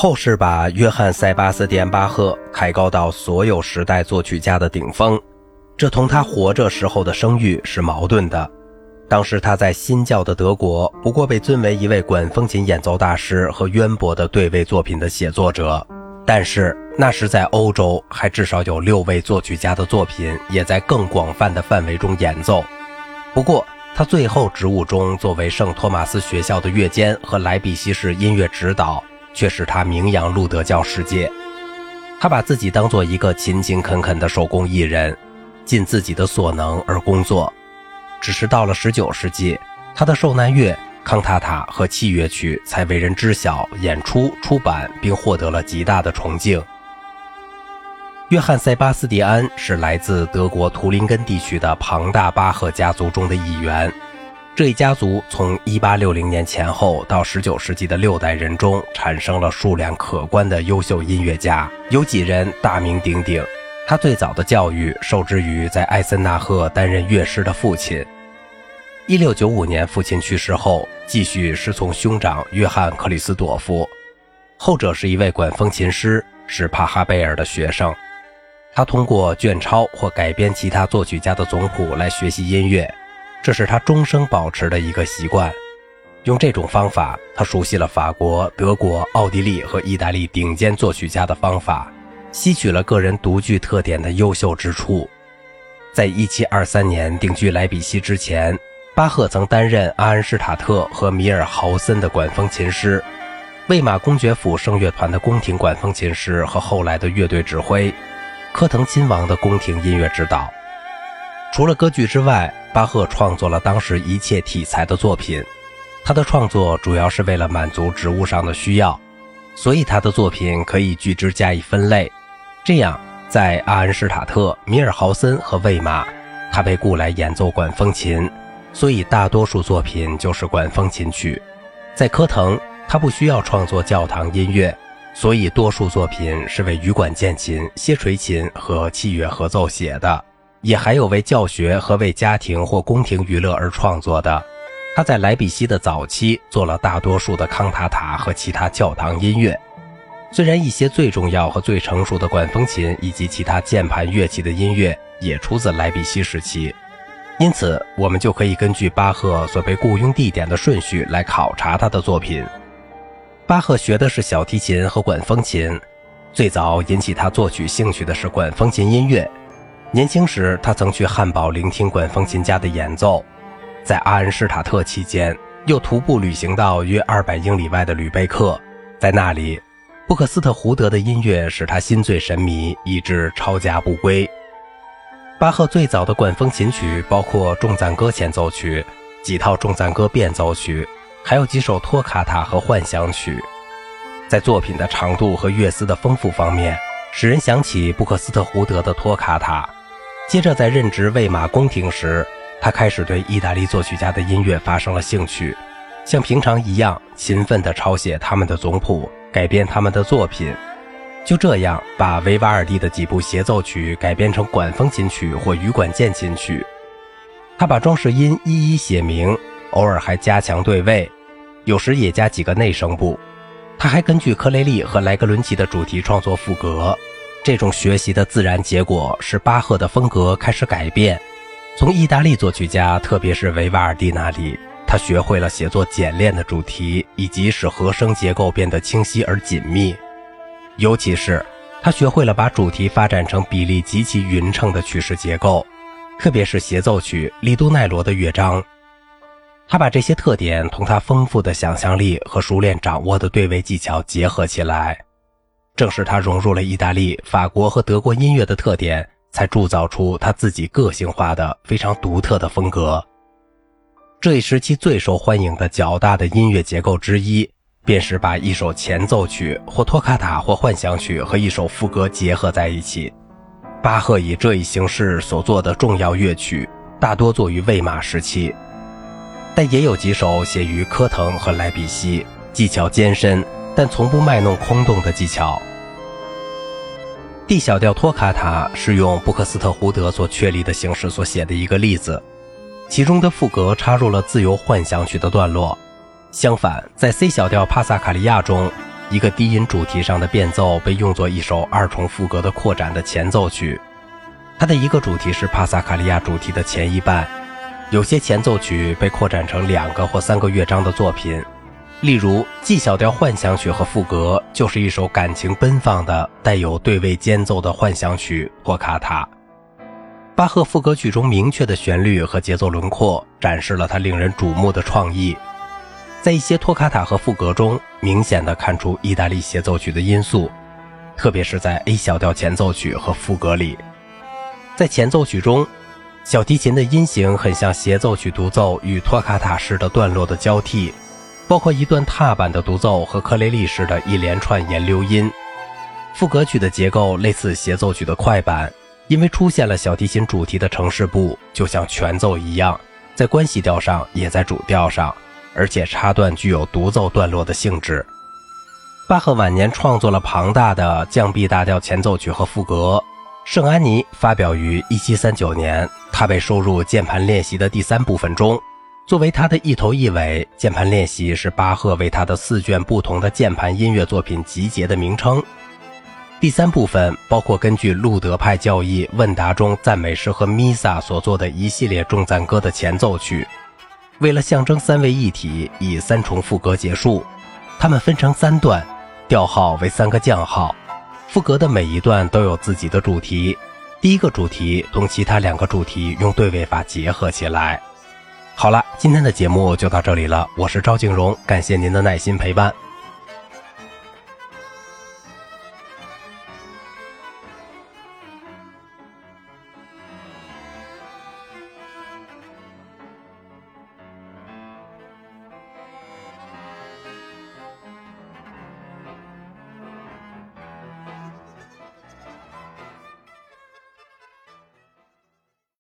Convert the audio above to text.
后世把约翰·塞巴斯蒂安·巴赫抬高到所有时代作曲家的顶峰，这同他活着时候的声誉是矛盾的。当时他在新教的德国不过被尊为一位管风琴演奏大师和渊博的对位作品的写作者，但是那时在欧洲还至少有6位作曲家的作品也在更广泛的范围中演奏。不过他最后职务中作为圣托马斯学校的乐监和莱比锡市音乐指导却使他名扬路德教世界。他把自己当作一个勤勤恳恳的手工艺人，尽自己的所能而工作。只是到了19世纪，他的受难乐、康塔塔和器乐曲才为人知晓、演出、出版，并获得了极大的崇敬。约翰·塞巴斯蒂安是来自德国图林根地区的庞大巴赫家族中的一员。这一家族从1860年前后到19世纪的6代人中产生了数量可观的优秀音乐家，有几人大名鼎鼎。他最早的教育受之于在艾森纳赫担任乐师的父亲。1695年父亲去世后，继续师从兄长约翰·克里斯朵夫，后者是一位管风琴师，是帕哈贝尔的学生。他通过卷抄或改编其他作曲家的总谱来学习音乐，这是他终生保持的一个习惯。用这种方法，他熟悉了法国、德国、奥地利和意大利顶尖作曲家的方法，吸取了个人独具特点的优秀之处。在1723年定居莱比锡之前，巴赫曾担任阿恩施塔特和米尔豪森的管风琴师，魏玛公爵府圣乐团的宫廷管风琴师和后来的乐队指挥，科腾亲王的宫廷音乐指导。除了歌剧之外，巴赫创作了当时一切题材的作品。他的创作主要是为了满足职务上的需要，所以他的作品可以据之加以分类。这样，在阿恩施塔特、米尔豪森和魏玛，他被雇来演奏管风琴，所以大多数作品就是管风琴曲。在科腾，他不需要创作教堂音乐，所以多数作品是为羽管键琴、楔锤琴和器乐合奏写的，也还有为教学和为家庭或宫廷娱乐而创作的。他在莱比锡的早期做了大多数的康塔塔和其他教堂音乐。虽然一些最重要和最成熟的管风琴以及其他键盘乐器的音乐也出自莱比锡时期，因此我们就可以根据巴赫所被雇佣地点的顺序来考察他的作品。巴赫学的是小提琴和管风琴，最早引起他作曲兴趣的是管风琴音乐。年轻时他曾去汉堡聆听管风琴家的演奏，在阿恩施塔特期间又徒步旅行到约200英里外的吕贝克，在那里布克斯特胡德的音乐使他心醉神迷，以致抄家不归。巴赫最早的管风琴曲包括重赞歌前奏曲、几套重赞歌变奏曲，还有几首托卡塔和幻想曲。在作品的长度和乐思的丰富方面，使人想起布克斯特胡德的托卡塔。接着在任职魏玛宫廷时，他开始对意大利作曲家的音乐发生了兴趣，像平常一样勤奋地抄写他们的总谱，改编他们的作品。就这样把维瓦尔第的几部协奏曲改编成管风琴曲或羽管键琴曲。他把装饰音一一写明，偶尔还加强对位，有时也加几个内声部。他还根据克雷利和莱格伦齐的主题创作赋格。这种学习的自然结果使巴赫的风格开始改变。从意大利作曲家，特别是维瓦尔第那里，他学会了写作简练的主题，以及使和声结构变得清晰而紧密。尤其是他学会了把主题发展成比例极其匀称的曲式结构，特别是协奏曲、利都奈罗的乐章。他把这些特点同他丰富的想象力和熟练掌握的对位技巧结合起来。正是他融入了意大利、法国和德国音乐的特点，才铸造出他自己个性化的非常独特的风格。这一时期最受欢迎的较大的音乐结构之一，便是把一首前奏曲或托卡塔或幻想曲和一首副歌结合在一起。巴赫以这一形式所做的重要乐曲大多作于魏玛时期，但也有几首写于科腾和莱比锡，技巧艰深但从不卖弄空洞的技巧。D 小调托卡塔是用布克斯特胡德所确立的形式所写的一个例子，其中的副歌插入了自由幻想曲的段落。相反，在 C 小调帕萨卡利亚中， 一个低音主题上的变奏被用作一首2重副歌的扩展的前奏曲。它的一个主题是帕萨卡利亚主题的前一半，有些前奏曲被扩展成2个或3个乐章的作品，例如 G 小调幻想曲和副歌就是一首感情奔放的带有对位间奏的幻想曲托卡塔。巴赫副歌曲中明确的旋律和节奏轮廓展示了他令人瞩目的创意，在一些托卡塔和副歌中明显地看出意大利协奏曲的因素，特别是在 A 小调前奏曲和副歌里。在前奏曲中，小提琴的音型很像协奏曲独奏与托卡塔式的段落的交替，包括一段踏板的独奏和克雷利式的一连串沿溜音。副歌曲的结构类似协奏曲的快板，因为出现了小提琴主题的呈示部，就像全奏一样，在关系调上也在主调上，而且插段具有独奏段落的性质。巴赫晚年创作了庞大的降 B 大调前奏曲和副歌，圣安妮发表于1739年，它被收入键盘练习的第3部分中。作为他的一头一尾，键盘练习是巴赫为他的4卷不同的键盘音乐作品集结的名称。第3部分包括根据路德派教义问答中赞美诗和弥撒所做的一系列重赞歌的前奏曲。为了象征3位一体，以3重副歌结束，它们分成3段，调号为3个降号，副歌的每一段都有自己的主题，第一个主题同其他2个主题用对位法结合起来。好了，今天的节目就到这里了，我是赵静荣，感谢您的耐心陪伴。